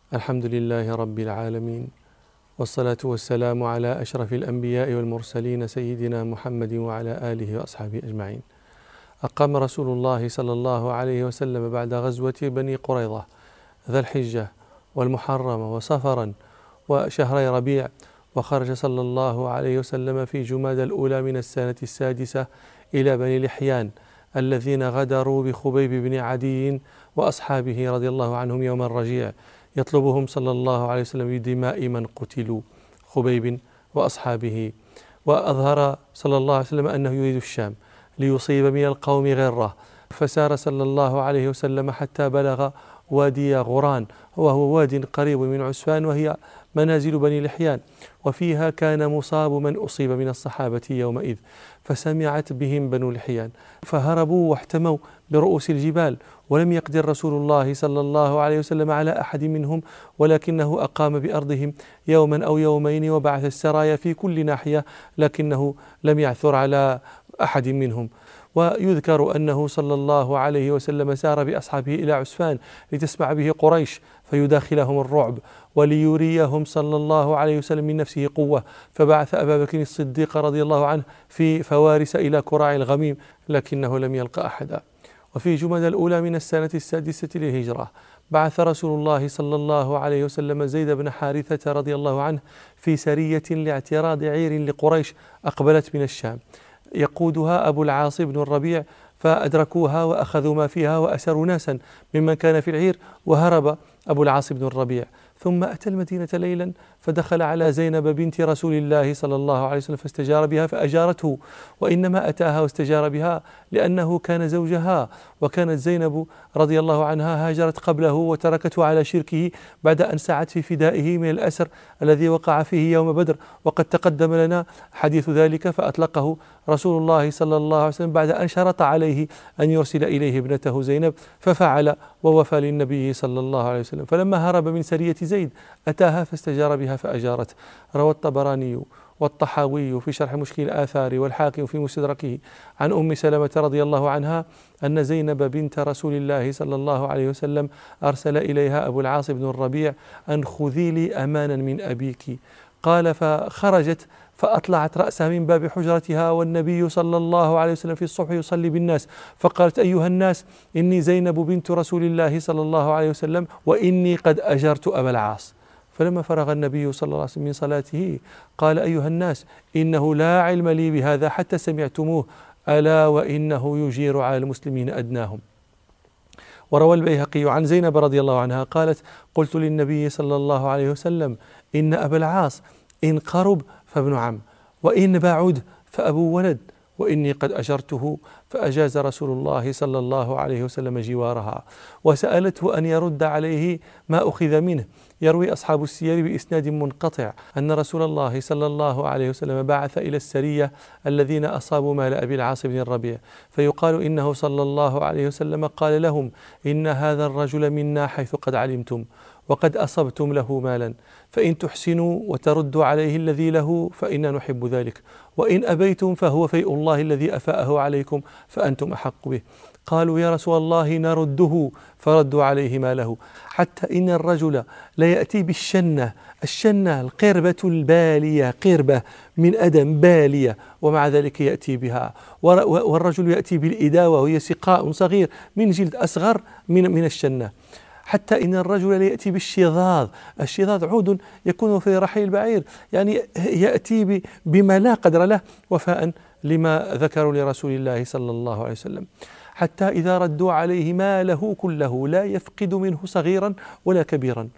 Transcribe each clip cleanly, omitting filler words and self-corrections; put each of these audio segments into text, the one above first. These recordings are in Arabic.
الحمد لله رب العالمين، والصلاة والسلام على أشرف الأنبياء والمرسلين سيدنا محمد وعلى آله وأصحابه أجمعين. أقام رسول الله صلى الله عليه وسلم بعد غزوة بني قريظة ذا الحجة والمحرم وصفرا وشهري ربيع، وخرج صلى الله عليه وسلم في جمادى الأولى من السنة السادسة إلى بني لحيان الذين غدروا بخبيب بن عدي وأصحابه رضي الله عنهم يوم الرجيع، يطلبهم صلى الله عليه وسلم بدماء من قتلوا، خبيب وأصحابه. وأظهر صلى الله عليه وسلم أنه يريد الشام ليصيب من القوم غرة، فسار صلى الله عليه وسلم حتى بلغ وادي غران، وهو واد قريب من عسفان وهي منازل بني لحيان، وفيها كان مصاب من أصيب من الصحابة يومئذ، فسمعت بهم بنو لحيان فهربوا واحتموا برؤوس الجبال، ولم يقدر رسول الله صلى الله عليه وسلم على أحد منهم، ولكنه أقام بأرضهم يوما أو يومين وبعث السرايا في كل ناحية، لكنه لم يعثر على أحد منهم. ويذكر أنه صلى الله عليه وسلم سار بأصحابه إلى عسفان لتسمع به قريش فيداخلهم الرعب، وليريهم صلى الله عليه وسلم من نفسه قوة، فبعث أبا بكر الصديق رضي الله عنه في فوارس إلى كراع الغميم، لكنه لم يلقى أحدا. وفي جمادى الأولى من السنة السادسة للهجرة بعث رسول الله صلى الله عليه وسلم زيد بن حارثة رضي الله عنه في سرية لاعتراض عير لقريش أقبلت من الشام، يقودها أبو العاص بن الربيع، فأدركوها وأخذوا ما فيها وأسروا ناسا ممن كان في العير، وهرب أبو العاص بن الربيع. ثم أتى المدينة ليلا فدخل على زينب بنت رسول الله صلى الله عليه وسلم فاستجار بها فأجارته، وإنما أتاها واستجار بها لأنه كان زوجها، وكانت زينب رضي الله عنها هاجرت قبله وتركته على شركه بعد أن سعت في فدائه من الأسر الذي وقع فيه يوم بدر، وقد تقدم لنا حديث ذلك، فأطلقه رسول الله صلى الله عليه وسلم بعد أن شرط عليه أن يرسل إليه ابنته زينب، ففعل ووفى للنبي صلى الله عليه وسلم. فلما هرب من سرية زيد أتاها فاستجار بها فأجارته. روى الطبراني والطحاوي في شرح مشكل الآثار والحاكم في مستدركه عن أم سلمة رضي الله عنها أن زينب بنت رسول الله صلى الله عليه وسلم أرسل إليها أبو العاص بن الربيع أن خذي لي أمانا من أبيك. قال فخرجت فأطلعت رأسها من باب حجرتها والنبي صلى الله عليه وسلم في الصبح يصلي بالناس، فقالت: أيها الناس، إني زينب بنت رسول الله صلى الله عليه وسلم وإني قد أجرت أبا العاص. فلما فرغ النبي صلى الله عليه وسلم من صلاته قال: أيها الناس، إنه لا علم لي بهذا حتى سمعتموه، ألا وإنه يجير على المسلمين أدناهم. وروى البيهقي عن زينب رضي الله عنها قالت: قلت للنبي صلى الله عليه وسلم: إن أبا العاص إن قرب فابن عم، وإن بعد فأبو ولد، وإني قد أجرته، فأجاز رسول الله صلى الله عليه وسلم جوارها، وسألته أن يرد عليه ما أخذ منه. يروي أصحاب السير بإسناد منقطع أن رسول الله صلى الله عليه وسلم بعث إلى السرية الذين أصابوا مال أبي العاص بن الربيع، فيقال إنه صلى الله عليه وسلم قال لهم: إن هذا الرجل منا حيث قد علمتم، وقد أصبتم له مالا، فإن تحسنوا وتردوا عليه الذي له فإنا نحب ذلك، وإن أبيتم فهو فيء الله الذي أفاءه عليكم فأنتم أحق به. قالوا: يا رسول الله نرده، فردوا عليه ماله، حتى إن الرجل ليأتي بالشنة، الشنة القربة البالية، قربة من أدم بالية، ومع ذلك يأتي بها، والرجل يأتي بالإداوة وهي سقاء صغير من جلد أصغر من الشنة، حتى إن الرجل ليأتي بالشظاظ، الشظاظ عود يكون في رحيل البعير، يعني يأتي بما لا قدر له وفاء لما ذكروا لرسول الله صلى الله عليه وسلم، حتى إذا ردوا عليه ماله كله لا يفقد منه صغيرا ولا كبيرا.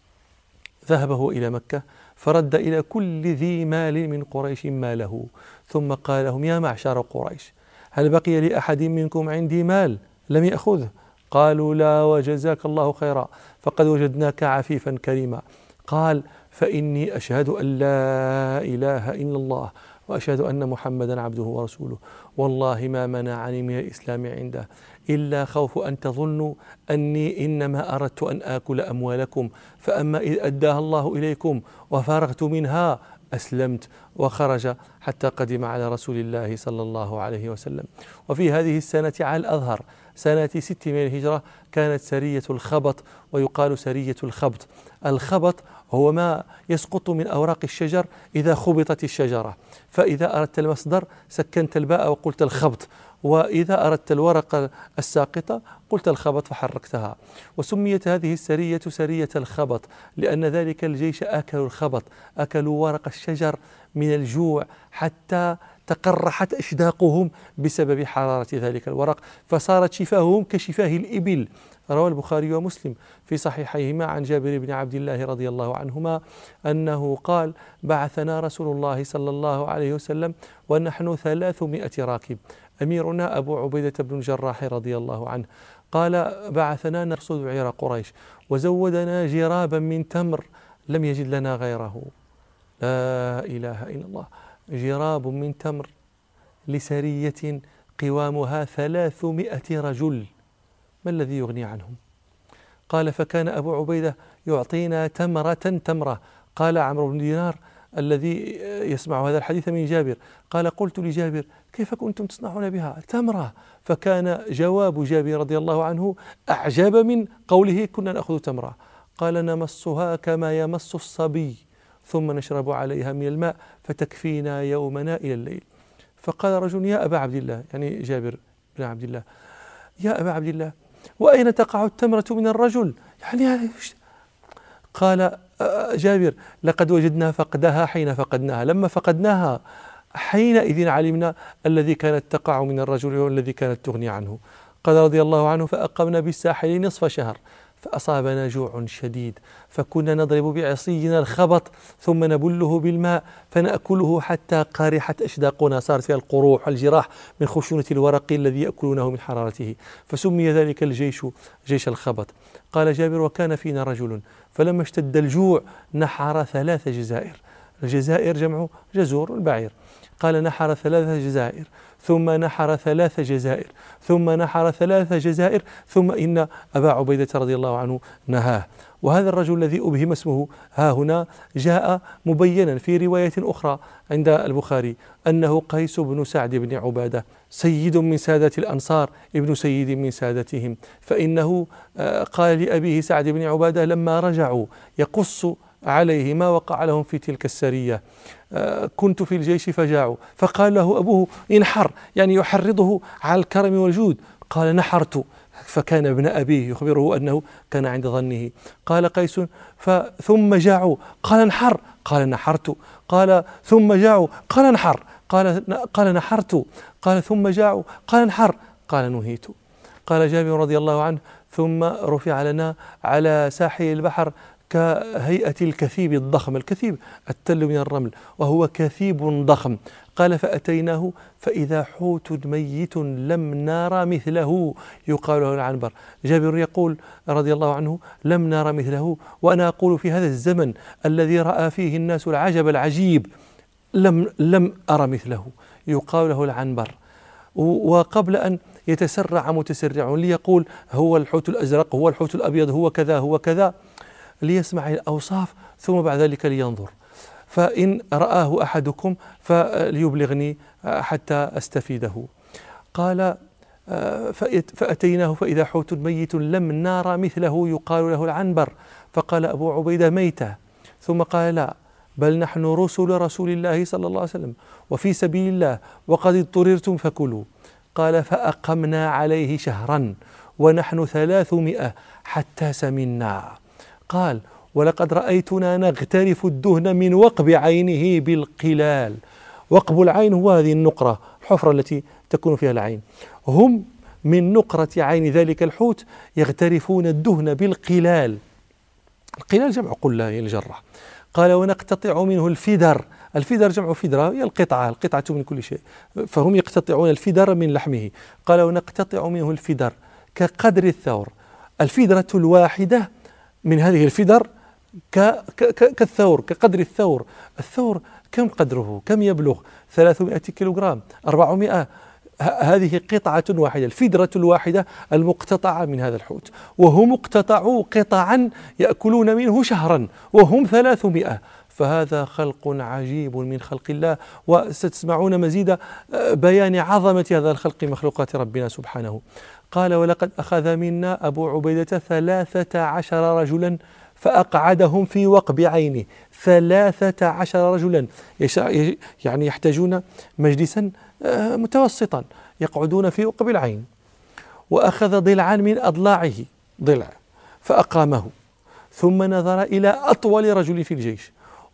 ذهبه إلى مكة فرد إلى كل ذي مال من قريش ماله، ثم قال لهم: يا معشر قريش، هل بقي لأحد منكم عندي مال لم يأخذه؟ قالوا: لا، وجزاك الله خيرا، فقد وجدناك عفيفا كريما. قال: فإني أشهد أن لا إله إلا الله وأشهد أن محمدا عبده ورسوله، والله ما منعني من الإسلام عنده إلا خوف أن تظنوا أني إنما أردت أن آكل أموالكم، فأما إذ أداها الله إليكم وفارغت منها أسلمت. وخرج حتى قدم على رسول الله صلى الله عليه وسلم. وفي هذه السنة على الأظهر سنة 6 من الهجرة كانت سرية الخبط، ويقال سرية الخبط. الخبط هو ما يسقط من أوراق الشجر إذا خبطت الشجرة، فإذا أردت المصدر سكنت الباء وقلت الخبط، وإذا أردت الورقة الساقطة قلت الخبط فحركتها. وسميت هذه السرية سرية الخبط لأن ذلك الجيش أكلوا الخبط، أكلوا ورق الشجر من الجوع حتى تقرحت أشداقهم بسبب حرارة ذلك الورق، فصارت شفاههم كشفاه الإبل. روى البخاري ومسلم في صحيحيهما عن جابر بن عبد الله رضي الله عنهما أنه قال: بعثنا رسول الله صلى الله عليه وسلم ونحن 300 راكب، أميرنا أبو عبيدة بن الجراح رضي الله عنه، قال: بعثنا نرصد عير قريش وزودنا جرابا من تمر لم يجد لنا غيره. لا إله إلا الله، جراب من تمر لسرية قوامها 300 رجل، ما الذي يغني عنهم؟ قال: فكان أبو عبيدة يعطينا تمرة. قال عمرو بن دينار الذي يسمع هذا الحديث من جابر، قال: قلت لجابر: كيف كنتم تصنعون بها تمرة؟ فكان جواب جابر رضي الله عنه أعجب من قوله كنا نأخذ تمرة. قال: نمصها كما يمص الصبي ثم نشرب عليها من الماء فتكفينا يومنا إلى الليل. فقال رجل: يا أبا عبد الله، يعني جابر بن عبد الله، يا أبا عبد الله، وأين تقع التمرة من الرجل؟ يعني قال جابر: لقد وجدنا فقدها حين فقدناها، لما فقدناها حينئذ علمنا الذي كانت تقع من الرجل والذي كانت تغني عنه. قال رضي الله عنه: فأقمنا بالساحل نصف شهر فأصابنا جوع شديد، فكنا نضرب بعصينا الخبط ثم نبله بالماء فنأكله حتى قارحت أشداقنا، صارت فيها القروح والجراح من خشونة الورق الذي يأكلونه من حرارته، فسمي ذلك الجيش جيش الخبط. قال جابر: وكان فينا رجل فلما اشتد الجوع نحر 3 جزائر. الجزائر جمع جزور البعير. قال: نحر 3 جزائر ثم نحر 3 جزائر ثم نحر 3 جزائر ثم إن أبا عبيدة رضي الله عنه نهاه. وهذا الرجل الذي أبهم اسمه ها هنا جاء مبينا في رواية أخرى عند البخاري أنه قيس بن سعد بن عبادة، سيد من سادة الأنصار، ابن سيد من سادتهم، فإنه قال لأبيه سعد بن عبادة لما رجعوا يقص عليه ما وقع لهم في تلك السرية: كنت في الجيش فجاعوا، فقال له أبوه: انحر، يعني يحرضه على الكرم والجود. قال: نحرت، فكان ابن أبيه يخبره أنه كان عند ظنه. قال قيس: ثم جاعوا، قال: انحر، قال: نحرت. قال: ثم جاعوا، قال: انحر، قال: نحرت. قال: ثم جاعوا، قال: انحر، قال: نهيت. قال جابر رضي الله عنه: ثم رفع لنا على ساحل البحر كهيئة الكثيب الضخم، الكثيب التل من الرمل وهو كثيب ضخم. قال: فأتيناه فإذا حوت ميت لم نرى مثله يقال له العنبر. جابر يقول رضي الله عنه: لم نرى مثله، وأنا أقول في هذا الزمن الذي رأى فيه الناس العجب العجيب لم أرى مثله يقال له العنبر. وقبل أن يتسرع متسرع ليقول هو الحوت الأزرق، هو الحوت الأبيض، هو كذا هو كذا، ليسمع الأوصاف ثم بعد ذلك لينظر. فإن رآه أحدكم فليبلغني حتى أستفيده. قال: فأتيناه فإذا حوت ميت لم نرى مثله يقال له العنبر. فقال أبو عبيدة: ميتة. ثم قال: لا، بل نحن رسول الله صلى الله عليه وسلم وفي سبيل الله وقد اضطررتم فكلوا. قال: فأقمنا عليه شهرا ونحن 300 حتى سمنا. قال: ولقد رأيتنا نغترف الدهن من وقب عينه بالقلال. وقب العين هو هذه النقرة، الحفرة التي تكون فيها العين. هم من نقرة عين ذلك الحوت يغترفون الدهن بالقلال. القلال جمع قلة هي الجرة. قال: ونقتطع منه الفدر. الفدر جمع فدرة، هي القطعة من كل شيء، فهم يقتطعون الفدر من لحمه. قال: ونقتطع منه الفدر كقدر الثور. الفدرة الواحدة من هذه الفدر كالثور، كقدر الثور. الثور كم قدره؟ كم يبلغ؟ 300 كيلوغرام، 400. هذه قطعة واحدة، الفدرة الواحدة المقتطعة من هذا الحوت، وهم اقتطعوا قطعا يأكلون منه شهرا وهم 300. فهذا خلق عجيب من خلق الله، وستسمعون مزيد بيان عظمة هذا الخلق مخلوقات ربنا سبحانه. قال: ولقد أخذ منا أبو عبيدة 13 رجلا فأقعدهم في وقب عينه. 13 رجلا يعني يحتاجون مجلسا متوسطا يقعدون في وقب العين. وأخذ ضلعا من أضلاعه، ضلع، فأقامه، ثم نظر إلى أطول رجل في الجيش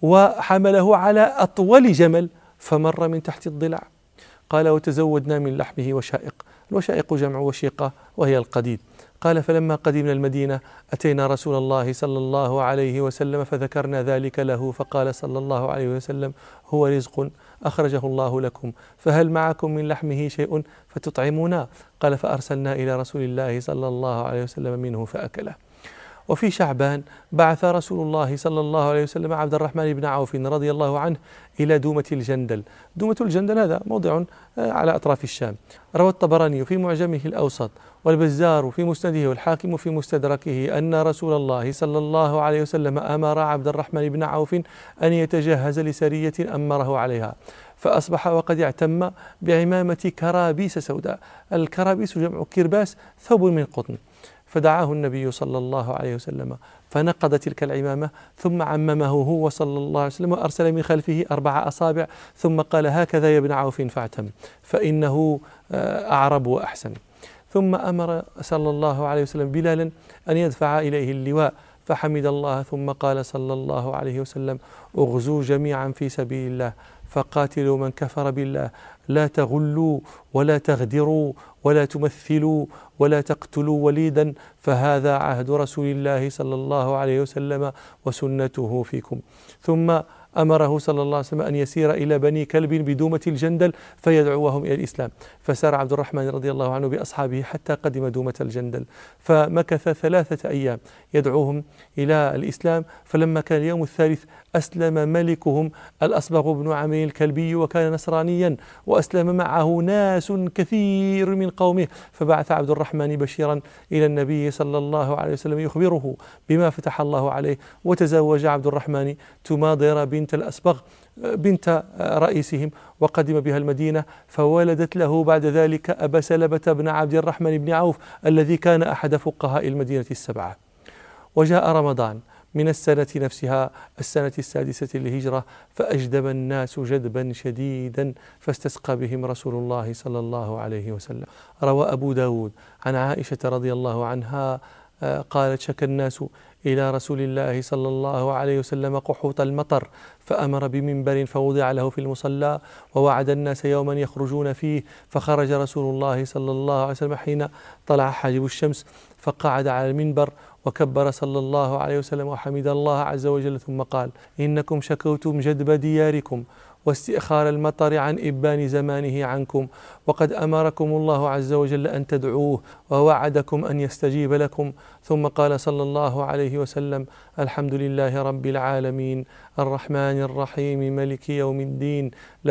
وحمله على أطول جمل فمر من تحت الضلع. قال: وتزودنا من لحمه وشائق. الوشائق جمع وشيقة وهي القديد. قال: فلما قدمنا المدينة أتينا رسول الله صلى الله عليه وسلم فذكرنا ذلك له، فقال صلى الله عليه وسلم: هو رزق أخرجه الله لكم، فهل معكم من لحمه شيء فتطعمونا؟ قال: فأرسلنا إلى رسول الله صلى الله عليه وسلم منه فأكله. وفي شعبان بعث رسول الله صلى الله عليه وسلم عبد الرحمن بن عوف رضي الله عنه إلى دومة الجندل. دومة الجندل هذا موضع على أطراف الشام. روى الطبراني في معجمه الأوسط والبزار في مسنده والحاكم في مستدركه أن رسول الله صلى الله عليه وسلم أمر عبد الرحمن بن عوف أن يتجهز لسرية أمره عليها، فأصبح وقد اعتم بعمامة كرابيس سوداء. الكرابيس جمع كرباس، ثوب من قطن. فدعاه النبي صلى الله عليه وسلم فنقض تلك العمامة ثم عممه هو صلى الله عليه وسلم وأرسل من خلفه 4 أصابع ثم قال: هكذا يا ابن عوف فاعتم فإنه أعرب وأحسن. ثم أمر صلى الله عليه وسلم بلالا أن يدفع إليه اللواء فحمد الله ثم قال صلى الله عليه وسلم: اغزوا جميعا في سبيل الله فقاتلوا من كفر بالله، لا تغلوا ولا تغدروا ولا تمثلوا ولا تقتلوا وليدا، فهذا عهد رسول الله صلى الله عليه وسلم وسنته فيكم. ثم أمره صلى الله عليه وسلم أن يسير إلى بني كلب بدومة الجندل فيدعوهم إلى الإسلام. فسار عبد الرحمن رضي الله عنه بأصحابه حتى قدم دومة الجندل، فمكث 3 أيام يدعوهم إلى الإسلام. فلما كان اليوم الثالث أسلم ملكهم الأصبغ بن عمرو الكلبي وكان نصرانيا، وأسلم معه ناس كثير من قومه. فبعث عبد الرحمن بشيرا إلى النبي صلى الله عليه وسلم يخبره بما فتح الله عليه. وتزوج عبد الرحمن تماضر بنت الأصبغ بنت رئيسهم وقدم بها المدينة، فولدت له بعد ذلك أبا سلمة بن عبد الرحمن بن عوف الذي كان أحد فقهاء المدينة ال7. وجاء رمضان من السنة نفسها، السنة ال6 للهجرة، فأجدب الناس جدبا شديدا فاستسقى بهم رسول الله صلى الله عليه وسلم. روى أبو داود عن عائشة رضي الله عنها قالت: شكى الناس إلى رسول الله صلى الله عليه وسلم قحوط المطر، فأمر بمنبر فوضع له في المصلى ووعد الناس يوما يخرجون فيه، فخرج رسول الله صلى الله عليه وسلم حين طلع حاجب الشمس فقعد على المنبر وكبر صلى الله عليه وسلم وحمد الله عز وجل ثم قال: إنكم شكوتم جدب دياركم واستئخار المطر عن إبان زمانه عنكم، وقد أمركم الله عز وجل أن تدعوه ووعدكم أن يستجيب لكم. ثم قال صلى الله عليه وسلم: الحمد لله رب العالمين الرحمن الرحيم ملك يوم الدين،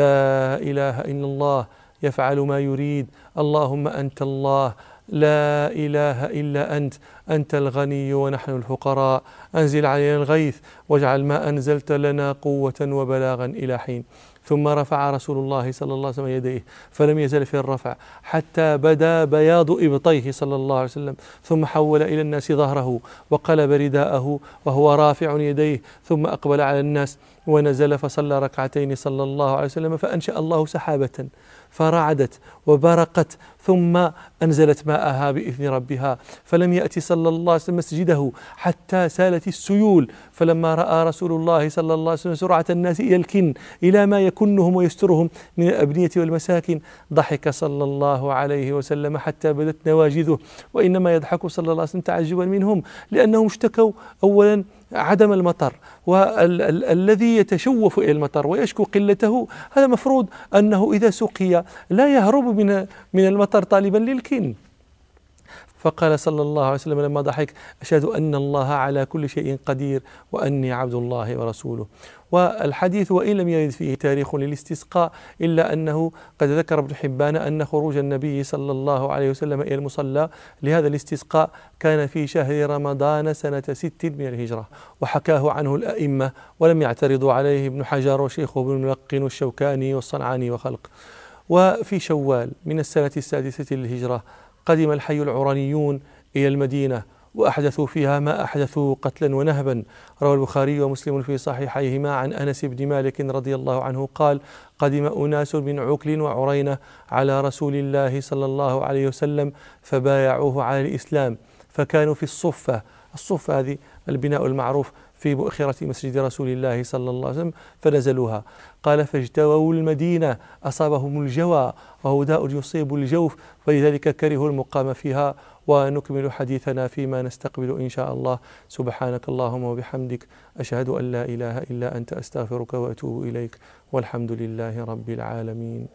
لا إله إلا الله يفعل ما يريد، اللهم أنت الله لا إله إلا أنت، أنت الغني ونحن الفقراء، أنزل علينا الغيث واجعل ما أنزلت لنا قوة وبلاغا إلى حين. ثم رفع رسول الله صلى الله عليه وسلم يديه فلم يزل في الرفع حتى بدا بياض إبطيه صلى الله عليه وسلم، ثم حول إلى الناس ظهره وقلب رداءه وهو رافع يديه، ثم أقبل على الناس ونزل فصلى ركعتين صلى الله عليه وسلم، فأنشأ الله سحابة فرعدت وبرقت ثم أنزلت ماءها بإذن ربها، فلم يأتي صلى الله عليه وسلم مسجده حتى سالت السيول. فلما رأى رسول الله صلى الله عليه وسلم سرعة الناس إلى الكن إلى ما يكنهم ويسترهم من الأبنية والمساكن ضحك صلى الله عليه وسلم حتى بدت نواجذه، وإنما يضحك صلى الله عليه وسلم تعجبا منهم لأنهم اشتكوا أولا عدم المطر، والذي يتشوف إلى المطر ويشكو قلته هذا مفروض أنه إذا سقي لا يهرب من المطر طالبا للكن. فقال صلى الله عليه وسلم لما ضحك: أشهد أن الله على كل شيء قدير وأني عبد الله ورسوله. والحديث وإن لم يرد فيه تاريخ للاستسقاء إلا أنه قد ذكر ابن حبان أن خروج النبي صلى الله عليه وسلم إلى المصلى لهذا الاستسقاء كان في شهر رمضان سنة 6 من الهجرة، وحكاه عنه الأئمة ولم يعترضوا عليه ابن حجر وشيخه ابن الملقن والشوكاني والصنعاني وخلق. وفي شوال من السنة 6 للهجرة قدم الحي العرانيون إلى المدينة وأحدثوا فيها ما أحدثوا قتلا ونهبا. روى البخاري ومسلم في صحيحيهما عن أنس بن مالك رضي الله عنه قال: قدم أناس من عكل وعرينة على رسول الله صلى الله عليه وسلم فبايعوه على الإسلام، فكانوا في الصفة. الصفة هذه البناء المعروف في مؤخرة مسجد رسول الله صلى الله عليه وسلم، فنزلوها. قال: فاجتووا المدينة، أصابهم الجوى وهو داء يصيب الجوف، فلذلك كرهوا المقام فيها. ونكمل حديثنا فيما نستقبل إن شاء الله. سبحانك اللهم وبحمدك، أشهد أن لا إله إلا أنت، أستغفرك وأتوب إليك، والحمد لله رب العالمين.